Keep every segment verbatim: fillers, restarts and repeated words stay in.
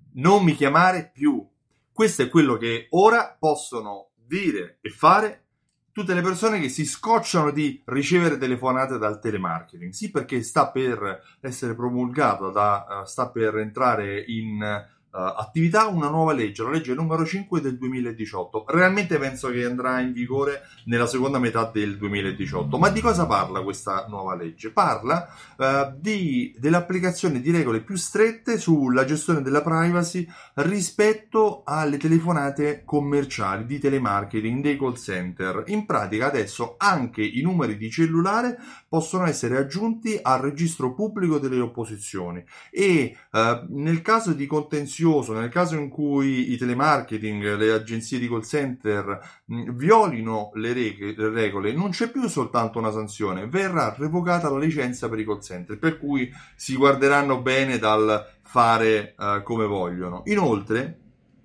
non mi chiamare più. Questo è quello che ora possono dire e fare tutte le persone che si scocciano di ricevere telefonate dal telemarketing. Sì, perché sta per essere promulgata, da, uh, sta per entrare in uh, attività una nuova legge, la legge numero cinque del duemiladiciotto. Realmente penso che andrà in vigore nella seconda metà del duemiladiciotto. Ma di cosa parla questa nuova legge? Parla uh, di, dell'applicazione di regole più strette sulla gestione della privacy rispetto alle telefonate commerciali di telemarketing dei call center. In pratica adesso anche i numeri di cellulare possono essere aggiunti al registro pubblico delle opposizioni e eh, nel caso di contenzioso, nel caso in cui i telemarketing, le agenzie di call center mh, violino le, reg- le regole, non c'è più soltanto una sanzione, verrà revocata la licenza per i call center, per cui si guarderanno bene dal fare uh, come vogliono. Inoltre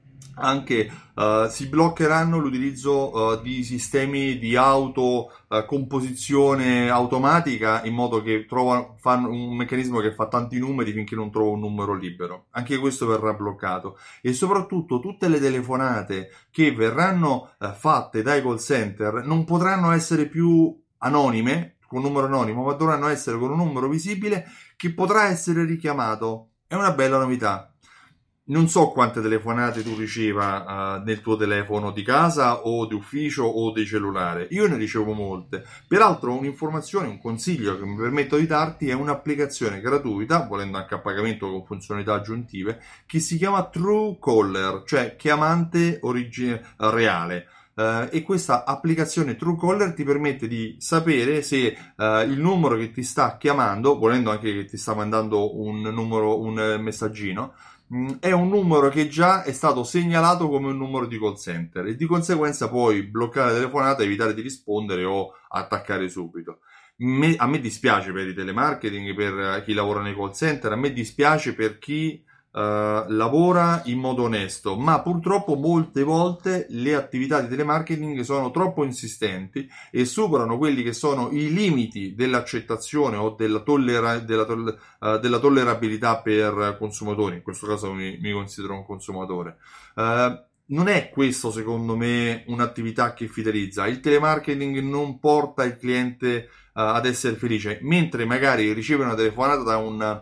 anche uh, si bloccheranno l'utilizzo uh, di sistemi di auto uh, composizione automatica, in modo che trova, fanno un meccanismo che fa tanti numeri finché non trova un numero libero. Anche questo verrà bloccato, e soprattutto tutte le telefonate che verranno uh, fatte dai call center non potranno essere più anonime, con un numero anonimo, ma dovranno essere con un numero visibile che potrà essere richiamato. È una bella novità. Non so quante telefonate tu riceva uh, nel tuo telefono di casa o di ufficio o di cellulare. Io ne ricevo molte. Peraltro un'informazione, un consiglio che mi permetto di darti è un'applicazione gratuita, volendo anche a pagamento con funzionalità aggiuntive, che si chiama Truecaller, cioè chiamante origine reale. Uh, e questa applicazione Truecaller ti permette di sapere se uh, il numero che ti sta chiamando, volendo anche che ti sta mandando un numero, un messaggino, mh, è un numero che già è stato segnalato come un numero di call center, e di conseguenza puoi bloccare la telefonata, evitare di rispondere o attaccare subito. Me, a me dispiace per i telemarketing, per chi lavora nei call center, a me dispiace per chi Uh, lavora in modo onesto, ma purtroppo molte volte le attività di telemarketing sono troppo insistenti e superano quelli che sono i limiti dell'accettazione o della, tollera- della, toll- uh, della tollerabilità per consumatori. In questo caso mi, mi considero un consumatore. Uh, non è questo, secondo me, un'attività che fidelizza. Il telemarketing non porta il cliente uh, ad essere felice, mentre magari riceve una telefonata da un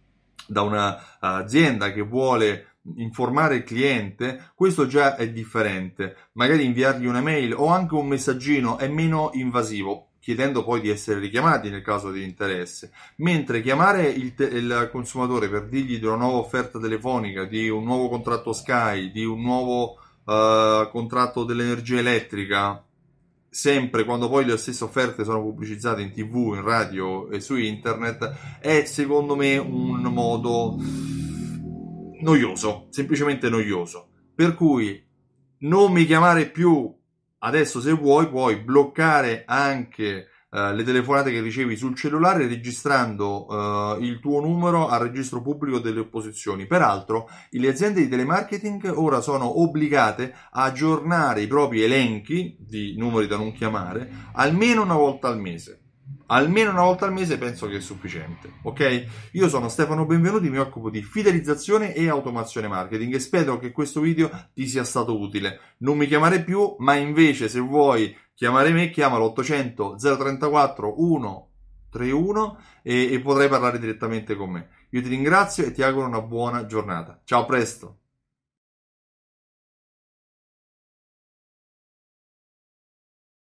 da un'azienda che vuole informare il cliente, questo già è differente. Magari inviargli una mail o anche un messaggino è meno invasivo, chiedendo poi di essere richiamati nel caso di interesse, mentre chiamare il, te- il consumatore per dirgli di una nuova offerta telefonica, di un nuovo contratto Sky, di un nuovo uh, contratto dell'energia elettrica, sempre quando poi le stesse offerte sono pubblicizzate in tv, in radio e su internet, è secondo me un modo noioso, semplicemente noioso. Per cui non mi chiamare più. Adesso, se vuoi, puoi bloccare anche uh, le telefonate che ricevi sul cellulare, registrando uh, il tuo numero al registro pubblico delle opposizioni. Peraltro, le aziende di telemarketing ora sono obbligate a aggiornare i propri elenchi di numeri da non chiamare almeno una volta al mese. Almeno una volta al mese penso che è sufficiente, ok? Io sono Stefano Benvenuti, mi occupo di fidelizzazione e automazione marketing e spero che questo video ti sia stato utile. Non mi chiamare più, ma invece se vuoi chiamare me, chiamalo ottocento zero trentaquattro centotrentuno e, e potrai parlare direttamente con me. Io ti ringrazio e ti auguro una buona giornata. Ciao, a presto!